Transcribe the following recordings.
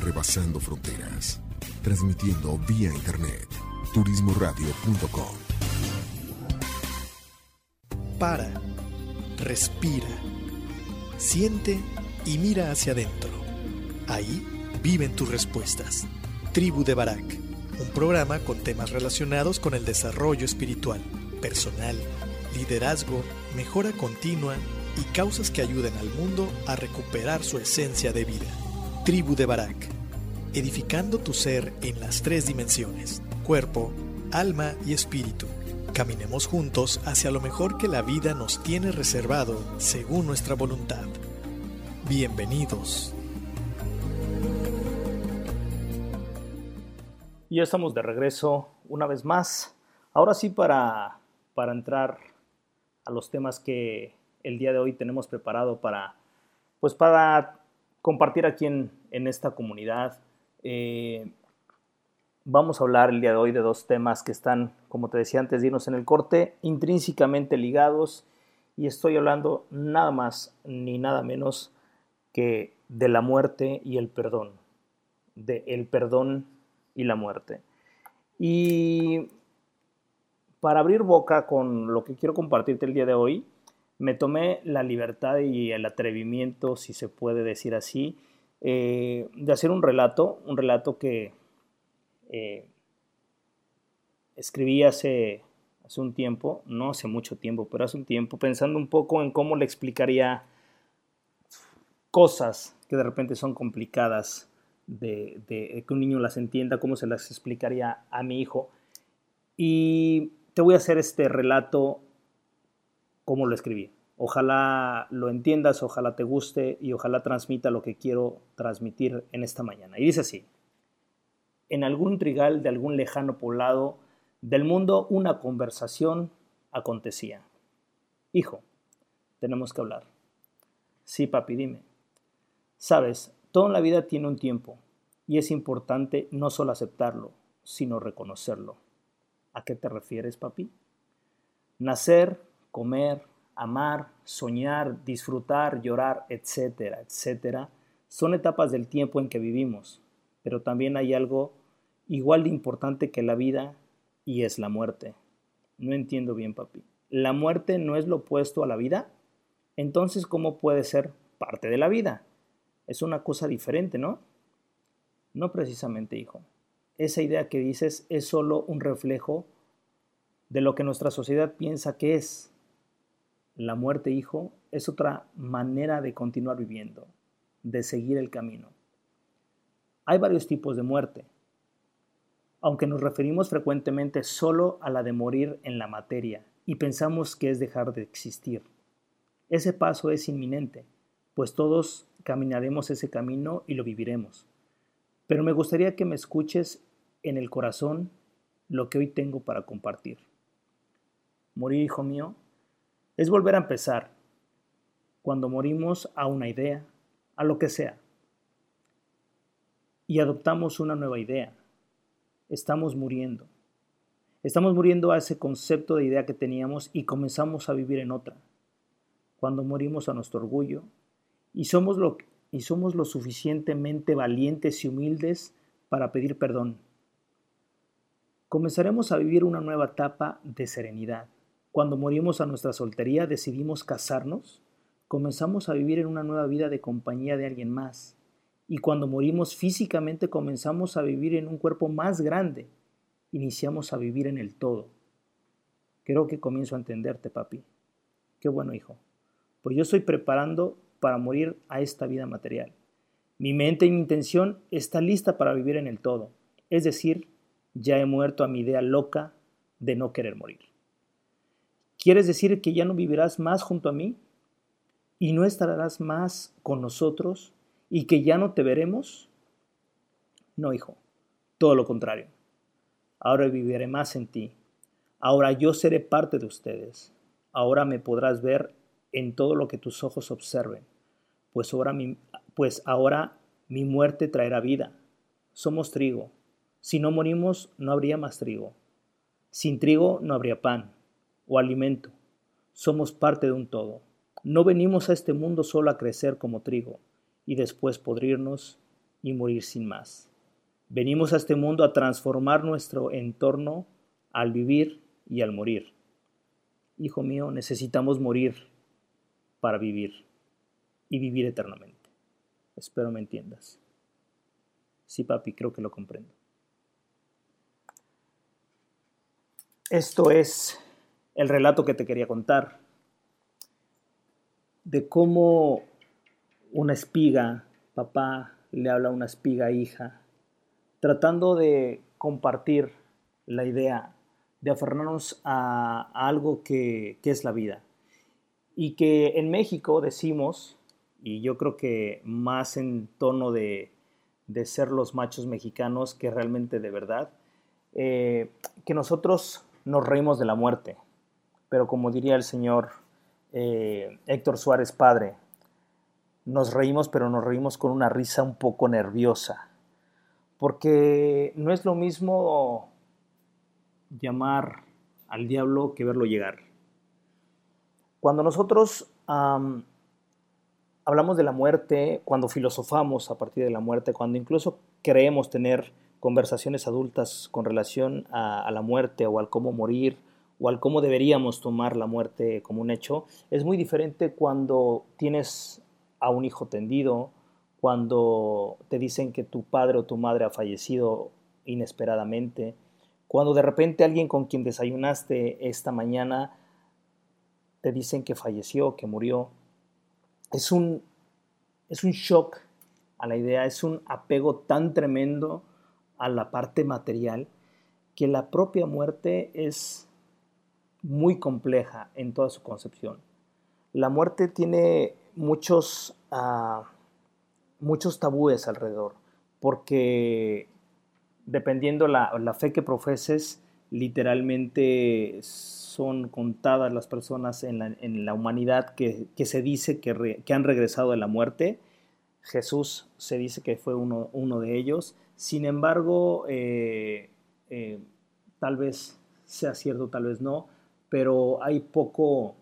rebasando fronteras, transmitiendo vía internet, turismoradio.com. Para, respira, siente y mira hacia adentro. Ahí viven tus respuestas. Tribu de Barak, un programa con temas relacionados con el desarrollo espiritual, personal, liderazgo, mejora continua y causas que ayuden al mundo a recuperar su esencia de vida. Tribu de Barak, edificando tu ser en las 3 dimensiones, cuerpo, alma y espíritu. Caminemos juntos hacia lo mejor que la vida nos tiene reservado según nuestra voluntad. Bienvenidos. Y ya estamos de regreso una vez más. Ahora sí para entrar a los temas que el día de hoy tenemos preparado para compartir aquí en esta comunidad. Vamos a hablar el día de hoy de 2 temas que están, como te decía antes de irnos en el corte, intrínsecamente ligados, y estoy hablando nada más ni nada menos que de la muerte y el perdón, de el perdón y la muerte. Y para abrir boca con lo que quiero compartirte el día de hoy, me tomé la libertad y el atrevimiento, si se puede decir así, de hacer un relato que escribí hace un tiempo, no hace mucho tiempo, pero hace un tiempo, pensando un poco en cómo le explicaría cosas que de repente son complicadas de que un niño las entienda, cómo se las explicaría a mi hijo. Y te voy a hacer este relato como lo escribí. Ojalá lo entiendas, ojalá te guste y ojalá transmita lo que quiero transmitir en esta mañana. Y dice así: en algún trigal de algún lejano poblado del mundo una conversación acontecía. Hijo, tenemos que hablar. Sí, papi, dime. Sabes, todo en la vida tiene un tiempo y es importante no solo aceptarlo, sino reconocerlo. ¿A qué te refieres, papi? Nacer, comer, amar, soñar, disfrutar, llorar, etcétera, etcétera, son etapas del tiempo en que vivimos, pero también hay algo igual de importante que la vida y es la muerte. No entiendo bien, papi. ¿La muerte no es lo opuesto a la vida? Entonces, ¿cómo puede ser parte de la vida? Es una cosa diferente, ¿no? No precisamente, hijo. Esa idea que dices es solo un reflejo de lo que nuestra sociedad piensa que es. La muerte, hijo, es otra manera de continuar viviendo, de seguir el camino. Hay varios tipos de muerte, aunque nos referimos frecuentemente solo a la de morir en la materia y pensamos que es dejar de existir. Ese paso es inminente, pues todos caminaremos ese camino y lo viviremos. Pero me gustaría que me escuches en el corazón lo que hoy tengo para compartir. Morir, hijo mío, es volver a empezar. Cuando morimos a una idea, a lo que sea, y adoptamos una nueva idea, estamos muriendo. Estamos muriendo a ese concepto de idea que teníamos y comenzamos a vivir en otra. Cuando morimos a nuestro orgullo y somos lo suficientemente valientes y humildes para pedir perdón, comenzaremos a vivir una nueva etapa de serenidad. Cuando morimos a nuestra soltería, decidimos casarnos, comenzamos a vivir en una nueva vida de compañía de alguien más. Y cuando morimos físicamente, comenzamos a vivir en un cuerpo más grande. Iniciamos a vivir en el todo. Creo que comienzo a entenderte, papi. Qué bueno, hijo. Pues yo estoy preparando para morir a esta vida material. Mi mente y mi intención está lista para vivir en el todo. Es decir, ya he muerto a mi idea loca de no querer morir. ¿Quieres decir que ya no vivirás más junto a mí? ¿Y no estarás más con nosotros? ¿Y que ya no te veremos? No, hijo, todo lo contrario. Ahora viviré más en ti. Ahora yo seré parte de ustedes. Ahora me podrás ver en todo lo que tus ojos observen. Pues ahora mi muerte traerá vida. Somos trigo. Si no morimos, no habría más trigo. Sin trigo no habría pan o alimento. Somos parte de un todo. No venimos a este mundo solo a crecer como trigo y después podrirnos y morir sin más. Venimos a este mundo a transformar nuestro entorno al vivir y al morir. Hijo mío, necesitamos morir para vivir y vivir eternamente. Espero me entiendas. Sí, papi, creo que lo comprendo. Esto es el relato que te quería contar de cómo una espiga, papá le habla a una espiga hija, tratando de compartir la idea de aferrarnos a algo que es la vida. Y que en México decimos, y yo creo que más en tono de ser los machos mexicanos que realmente de verdad, que nosotros nos reímos de la muerte. Pero como diría el señor Héctor Suárez padre, nos reímos, pero nos reímos con una risa un poco nerviosa. Porque no es lo mismo llamar al diablo que verlo llegar. Cuando nosotros hablamos de la muerte, cuando filosofamos a partir de la muerte, cuando incluso creemos tener conversaciones adultas con relación a la muerte o al cómo morir o al cómo deberíamos tomar la muerte como un hecho, es muy diferente cuando tienes a un hijo tendido, cuando te dicen que tu padre o tu madre ha fallecido inesperadamente, cuando de repente alguien con quien desayunaste esta mañana te dicen que falleció, que murió. Es un shock a la idea, es un apego tan tremendo a la parte material que la propia muerte es muy compleja en toda su concepción. La muerte tiene muchos tabúes alrededor, porque dependiendo la fe que profeses, literalmente son contadas las personas en la humanidad que se dice que han regresado de la muerte. Jesús se dice que fue uno de ellos. Sin embargo, tal vez sea cierto, tal vez no, pero hay poco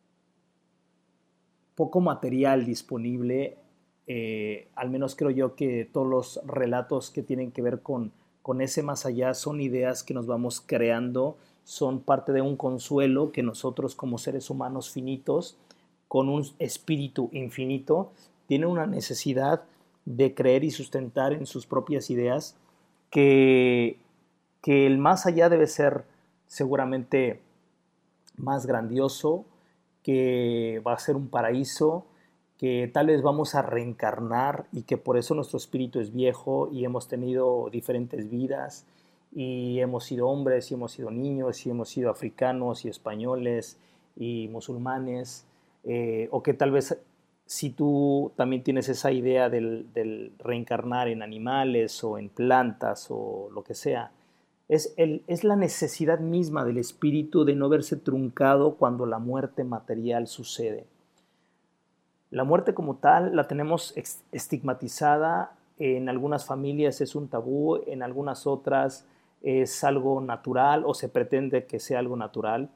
material disponible. Al menos creo yo que todos los relatos que tienen que ver con ese más allá son ideas que nos vamos creando, son parte de un consuelo que nosotros como seres humanos finitos, con un espíritu infinito, tienen una necesidad de creer y sustentar en sus propias ideas que el más allá debe ser seguramente más grandioso, que va a ser un paraíso, que tal vez vamos a reencarnar y que por eso nuestro espíritu es viejo y hemos tenido diferentes vidas y hemos sido hombres y hemos sido niños y hemos sido africanos y españoles y musulmanes, o que tal vez si tú también tienes esa idea del reencarnar en animales o en plantas o lo que sea, es la necesidad misma del espíritu de no verse truncado cuando la muerte material sucede. La muerte como tal la tenemos estigmatizada, en algunas familias es un tabú, en algunas otras es algo natural o se pretende que sea algo natural.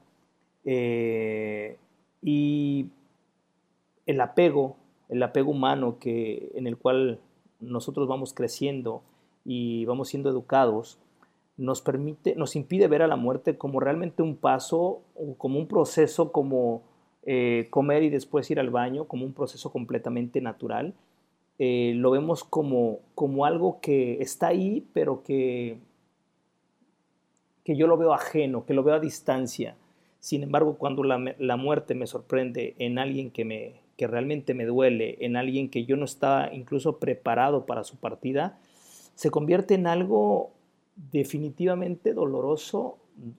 Y el apego humano en el cual nosotros vamos creciendo y vamos siendo educados, nos impide ver a la muerte como realmente un paso, o como un proceso, como comer y después ir al baño, como un proceso completamente natural. Lo vemos como algo que está ahí, pero que yo lo veo ajeno, que lo veo a distancia. Sin embargo, cuando la muerte me sorprende en alguien que realmente me duele, en alguien que yo no estaba incluso preparado para su partida, se convierte en algo definitivamente doloroso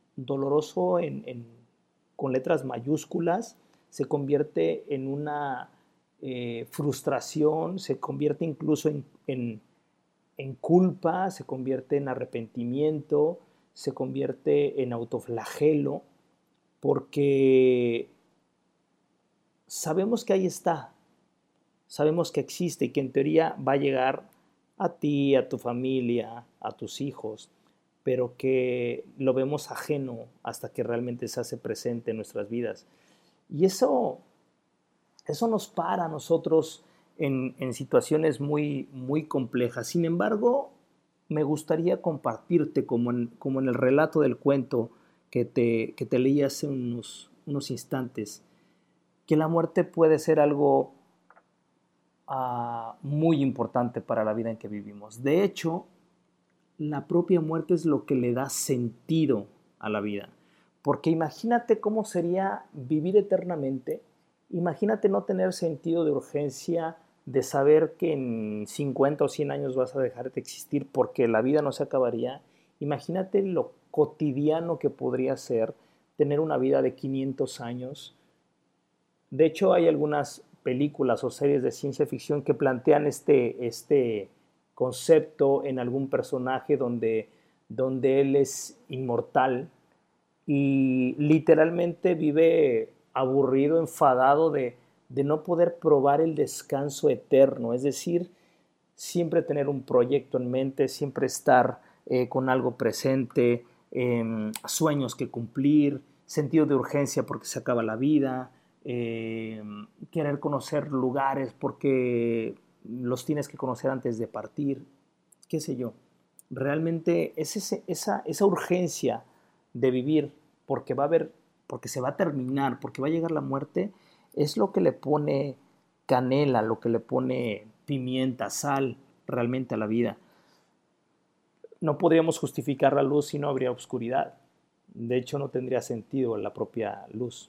con letras mayúsculas, se convierte en una frustración, se convierte incluso en culpa, se convierte en arrepentimiento, se convierte en autoflagelo, porque sabemos que ahí está, sabemos que existe y que en teoría va a llegar a ti, a tu familia, a tus hijos, pero que lo vemos ajeno hasta que realmente se hace presente en nuestras vidas. Y eso nos para a nosotros en situaciones muy, muy complejas. Sin embargo, me gustaría compartirte, como en el relato del cuento que te leí hace unos instantes, que la muerte puede ser algo muy importante para la vida en que vivimos. De hecho, la propia muerte es lo que le da sentido a la vida. Porque imagínate cómo sería vivir eternamente. Imagínate no tener sentido de urgencia, de saber que en 50 o 100 años vas a dejar de existir porque la vida no se acabaría. Imagínate lo cotidiano que podría ser tener una vida de 500 años. De hecho, hay algunas películas o series de ciencia ficción que plantean este concepto en algún personaje donde él es inmortal y literalmente vive aburrido, enfadado de no poder probar el descanso eterno, es decir, siempre tener un proyecto en mente, siempre estar con algo presente, sueños que cumplir, sentido de urgencia porque se acaba la vida, querer conocer lugares porque los tienes que conocer antes de partir, qué sé yo. Realmente es esa urgencia de vivir porque porque se va a terminar, porque va a llegar la muerte, es lo que le pone canela, lo que le pone pimienta, sal realmente a la vida. No podríamos justificar la luz si no habría oscuridad. De hecho, no tendría sentido la propia luz.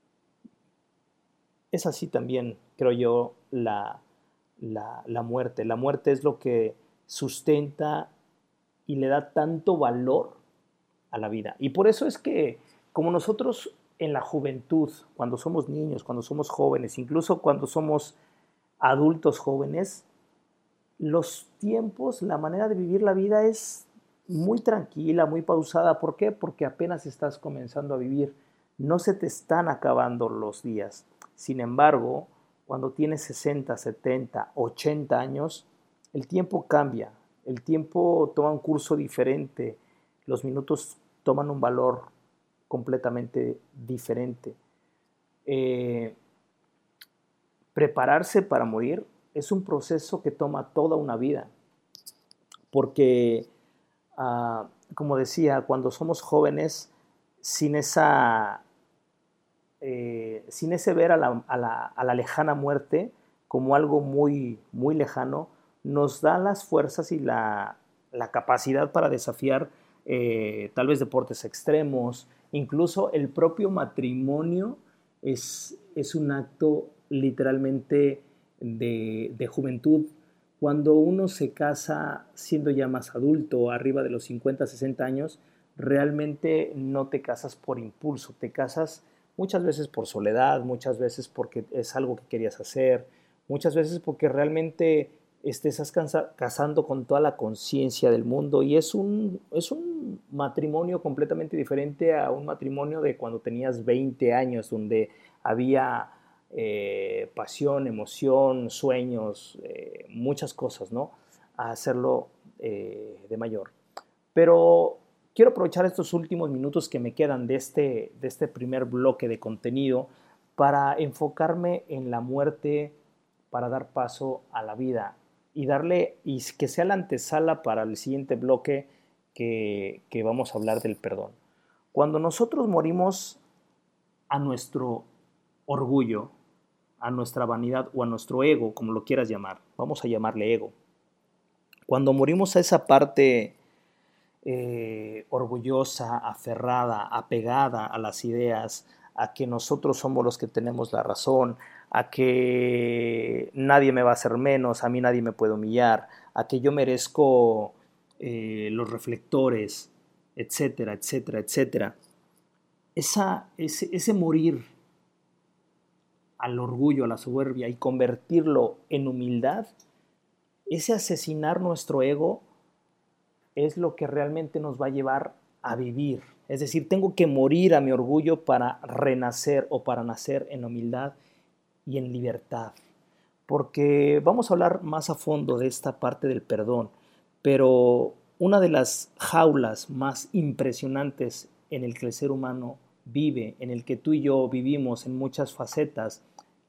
Es así también, creo yo, la muerte. La muerte es lo que sustenta y le da tanto valor a la vida. Y por eso es que, como nosotros en la juventud, cuando somos niños, cuando somos jóvenes, incluso cuando somos adultos jóvenes, los tiempos, la manera de vivir la vida es muy tranquila, muy pausada. ¿Por qué? Porque apenas estás comenzando a vivir. No se te están acabando los días. Sin embargo, cuando tienes 60, 70, 80 años, el tiempo cambia. El tiempo toma un curso diferente. Los minutos toman un valor completamente diferente. Prepararse para morir es un proceso que toma toda una vida, porque, como decía, cuando somos jóvenes, sin ese ver a la lejana muerte como algo muy, muy lejano, nos da las fuerzas y la capacidad para desafiar tal vez deportes extremos. Incluso el propio matrimonio es un acto literalmente de juventud. Cuando uno se casa siendo ya más adulto, arriba de los 50, 60 años, realmente no te casas por impulso, te casas muchas veces por soledad, muchas veces porque es algo que querías hacer, muchas veces porque realmente estás casando con toda la conciencia del mundo, y es un matrimonio completamente diferente a un matrimonio de cuando tenías 20 años, donde había pasión, emoción, sueños, muchas cosas, ¿no? A hacerlo de mayor. Pero quiero aprovechar estos últimos minutos que me quedan de este primer bloque de contenido para enfocarme en la muerte, para dar paso a la vida y que sea la antesala para el siguiente bloque que vamos a hablar del perdón. Cuando nosotros morimos a nuestro orgullo, a nuestra vanidad o a nuestro ego, como lo quieras llamar, vamos a llamarle ego. Cuando morimos a esa parte orgullosa, aferrada, apegada a las ideas, a que nosotros somos los que tenemos la razón, a que nadie me va a hacer menos, a mí nadie me puede humillar, a que yo merezco los reflectores, etcétera, etcétera, etcétera. Ese morir al orgullo, a la soberbia y convertirlo en humildad, ese asesinar nuestro ego es lo que realmente nos va a llevar a vivir. Es decir, tengo que morir a mi orgullo para renacer o para nacer en humildad y en libertad. Porque vamos a hablar más a fondo de esta parte del perdón, pero una de las jaulas más impresionantes en el que el ser humano vive, en el que tú y yo vivimos en muchas facetas,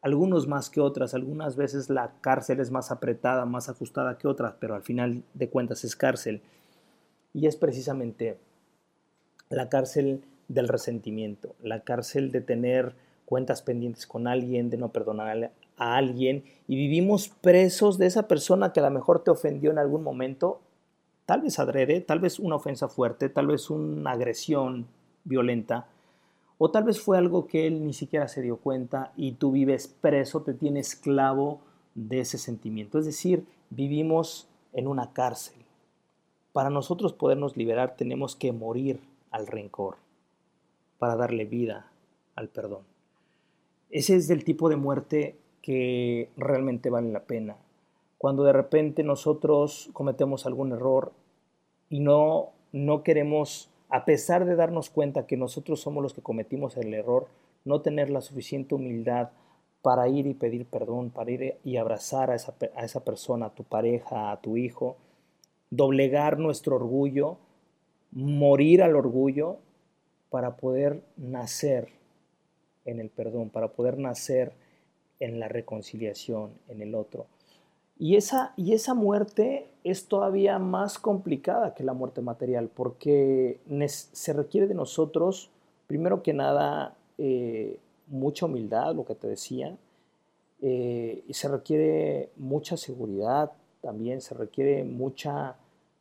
algunos más que otras, algunas veces la cárcel es más apretada, más ajustada que otras, pero al final de cuentas es cárcel. Y es precisamente la cárcel del resentimiento, la cárcel de tener cuentas pendientes con alguien, de no perdonar a alguien, y vivimos presos de esa persona que a lo mejor te ofendió en algún momento, tal vez adrede, tal vez una ofensa fuerte, tal vez una agresión violenta, o tal vez fue algo que él ni siquiera se dio cuenta y tú vives preso, te tienes esclavo de ese sentimiento. Es decir, vivimos en una cárcel. Para nosotros podernos liberar tenemos que morir al rencor para darle vida al perdón. Ese es el tipo de muerte que realmente vale la pena. Cuando de repente nosotros cometemos algún error y no queremos, a pesar de darnos cuenta que nosotros somos los que cometimos el error, no tener la suficiente humildad para ir y pedir perdón, para ir y abrazar a esa persona, a tu pareja, a tu hijo, doblegar nuestro orgullo, morir al orgullo para poder nacer en el perdón, para poder nacer en la reconciliación, en el otro. Y esa muerte es todavía más complicada que la muerte material, porque se requiere de nosotros, primero que nada, mucha humildad, lo que te decía, y se requiere mucha seguridad también, se requiere mucha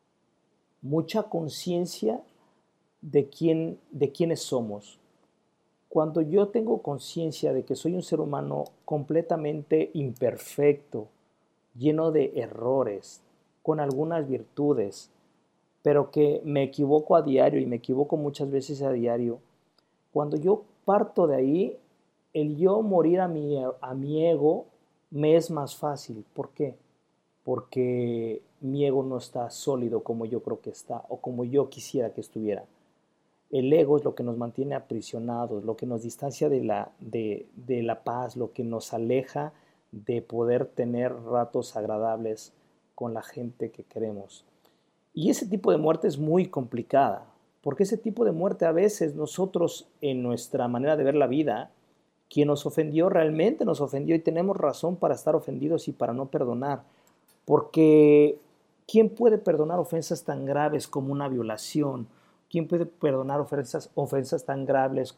conciencia de quiénes somos. Cuando yo tengo conciencia de que soy un ser humano completamente imperfecto, lleno de errores, con algunas virtudes, pero que me equivoco a diario y me equivoco muchas veces a diario, cuando yo parto de ahí, el yo morir a mi ego me es más fácil. ¿Por qué? Porque mi ego no está sólido como yo creo que está o como yo quisiera que estuviera. El ego es lo que nos mantiene aprisionados, lo que nos distancia de la paz, lo que nos aleja de poder tener ratos agradables con la gente que queremos. Y ese tipo de muerte es muy complicada, porque ese tipo de muerte a veces nosotros en nuestra manera de ver la vida, quien nos ofendió realmente nos ofendió y tenemos razón para estar ofendidos y para no perdonar, porque ¿quién puede perdonar ofensas tan graves como una violación? ¿Quién puede perdonar ofensas tan graves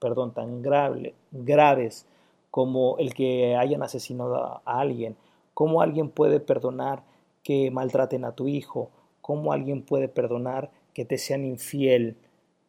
como el que hayan asesinado a alguien? ¿Cómo alguien puede perdonar que maltraten a tu hijo? ¿Cómo alguien puede perdonar que te sean infiel?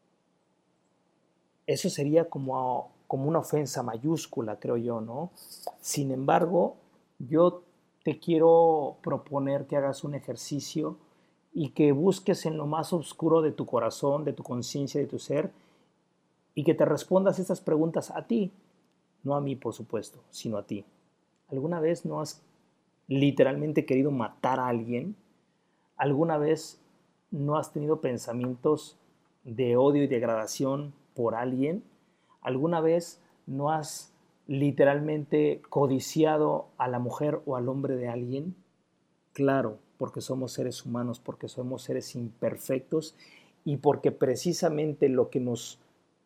Eso sería como una ofensa mayúscula, creo yo, ¿no? Sin embargo, yo te quiero proponer que hagas un ejercicio y que busques en lo más oscuro de tu corazón, de tu conciencia, de tu ser, y que te respondas estas preguntas a ti, no a mí, por supuesto, sino a ti. ¿Alguna vez no has literalmente querido matar a alguien? ¿Alguna vez no has tenido pensamientos de odio y degradación por alguien? ¿Alguna vez no has literalmente codiciado a la mujer o al hombre de alguien? Claro, porque somos seres humanos, porque somos seres imperfectos y porque precisamente lo que nos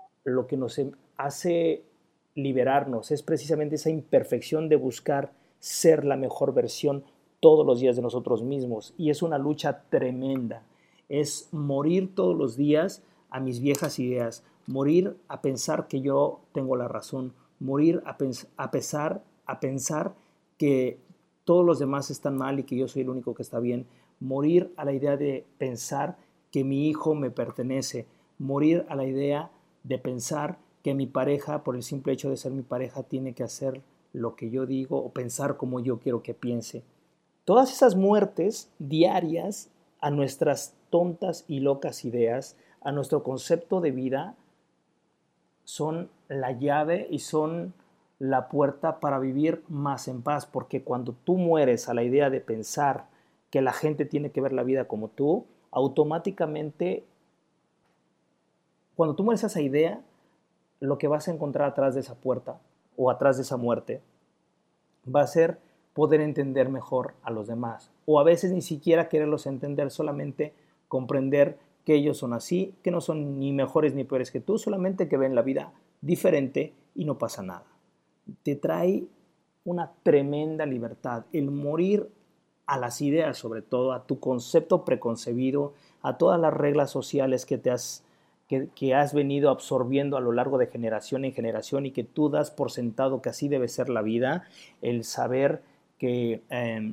hace liberarnos es precisamente esa imperfección de buscar ser la mejor versión todos los días de nosotros mismos. Y es una lucha tremenda. Es morir todos los días a mis viejas ideas, morir a pensar que yo tengo la razón, morir a pensar que todos los demás están mal y que yo soy el único que está bien, morir a la idea de pensar que mi hijo me pertenece, morir a la idea de pensar que mi pareja, por el simple hecho de ser mi pareja, tiene que hacer lo que yo digo o pensar como yo quiero que piense. Todas esas muertes diarias a nuestras tontas y locas ideas, a nuestro concepto de vida, son la llave y son la puerta para vivir más en paz, porque cuando tú mueres a la idea de pensar que la gente tiene que ver la vida como tú, automáticamente, cuando tú mueres a esa idea, lo que vas a encontrar atrás de esa puerta o atrás de esa muerte va a ser poder entender mejor a los demás, o a veces ni siquiera quererlos entender, solamente comprender que ellos son así, que no son ni mejores ni peores que tú, solamente que ven la vida diferente y no pasa nada. Te trae una tremenda libertad. El morir a las ideas, sobre todo, a tu concepto preconcebido, a todas las reglas sociales que has venido absorbiendo a lo largo de generación en generación y que tú das por sentado que así debe ser la vida, el saber que,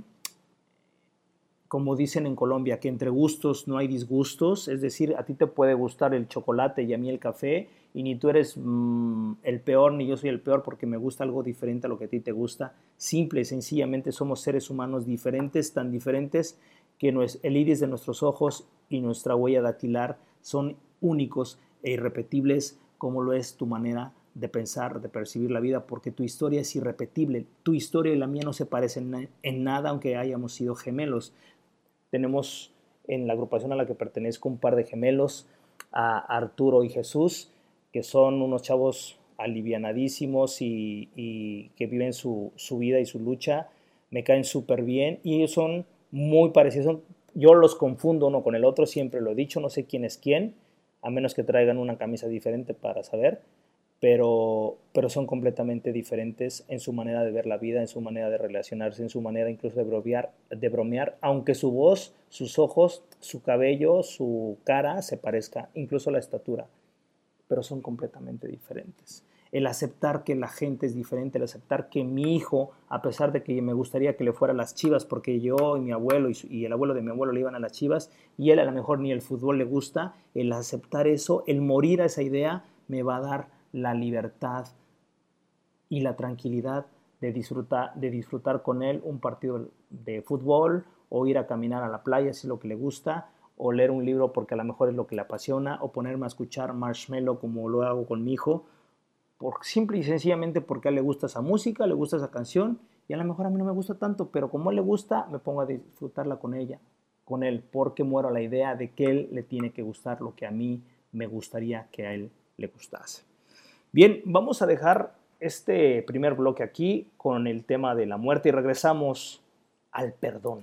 como dicen en Colombia, que entre gustos no hay disgustos, es decir, a ti te puede gustar el chocolate y a mí el café, y ni tú eres el peor ni yo soy el peor porque me gusta algo diferente a lo que a ti te gusta. Simple y sencillamente somos seres humanos diferentes, tan diferentes que el iris de nuestros ojos y nuestra huella dactilar son únicos e irrepetibles, como lo es tu manera de pensar, de percibir la vida, porque tu historia es irrepetible. Tu historia y la mía no se parecen en nada, aunque hayamos sido gemelos. Tenemos en la agrupación a la que pertenezco un par de gemelos, a Arturo y Jesús, que son unos chavos alivianadísimos y que viven su vida y su lucha. Me caen súper bien y ellos son muy parecidos. Yo los confundo uno con el otro, siempre lo he dicho, no sé quién es quién, a menos que traigan una camisa diferente para saber, pero son completamente diferentes en su manera de ver la vida, en su manera de relacionarse, en su manera incluso de bromear, aunque su voz, sus ojos, su cabello, su cara se parezca, incluso la estatura, pero son completamente diferentes. El aceptar que la gente es diferente, el aceptar que mi hijo, a pesar de que me gustaría que le fuera a las Chivas, porque yo y mi abuelo y el abuelo de mi abuelo le iban a las Chivas, y él a lo mejor ni el fútbol le gusta, el aceptar eso, el morir a esa idea, me va a dar la libertad y la tranquilidad de disfrutar con él un partido de fútbol, o ir a caminar a la playa si es lo que le gusta, o leer un libro porque a lo mejor es lo que le apasiona, o ponerme a escuchar Marshmello como lo hago con mi hijo, simple y sencillamente porque a él le gusta esa música, le gusta esa canción, y a lo mejor a mí no me gusta tanto, pero como a él le gusta, me pongo a disfrutarla con él, porque muero a la idea de que él le tiene que gustar lo que a mí me gustaría que a él le gustase. Bien, vamos a dejar este primer bloque aquí con el tema de la muerte y regresamos al perdón.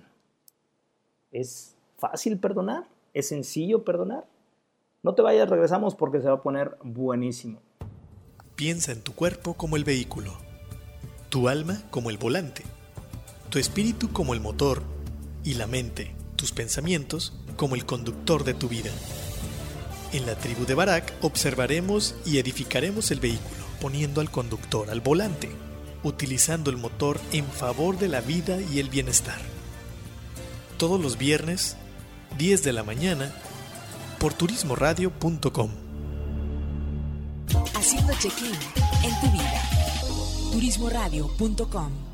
¿Es fácil perdonar? ¿Es sencillo perdonar? No te vayas, regresamos porque se va a poner buenísimo. Piensa en tu cuerpo como el vehículo, tu alma como el volante, tu espíritu como el motor y la mente, tus pensamientos, como el conductor de tu vida. En la tribu de Barak observaremos y edificaremos el vehículo, poniendo al conductor al volante, utilizando el motor en favor de la vida y el bienestar. Todos los viernes, 10 de la mañana, por turismoradio.com. Haciendo check-in en tu vida. turismoradio.com.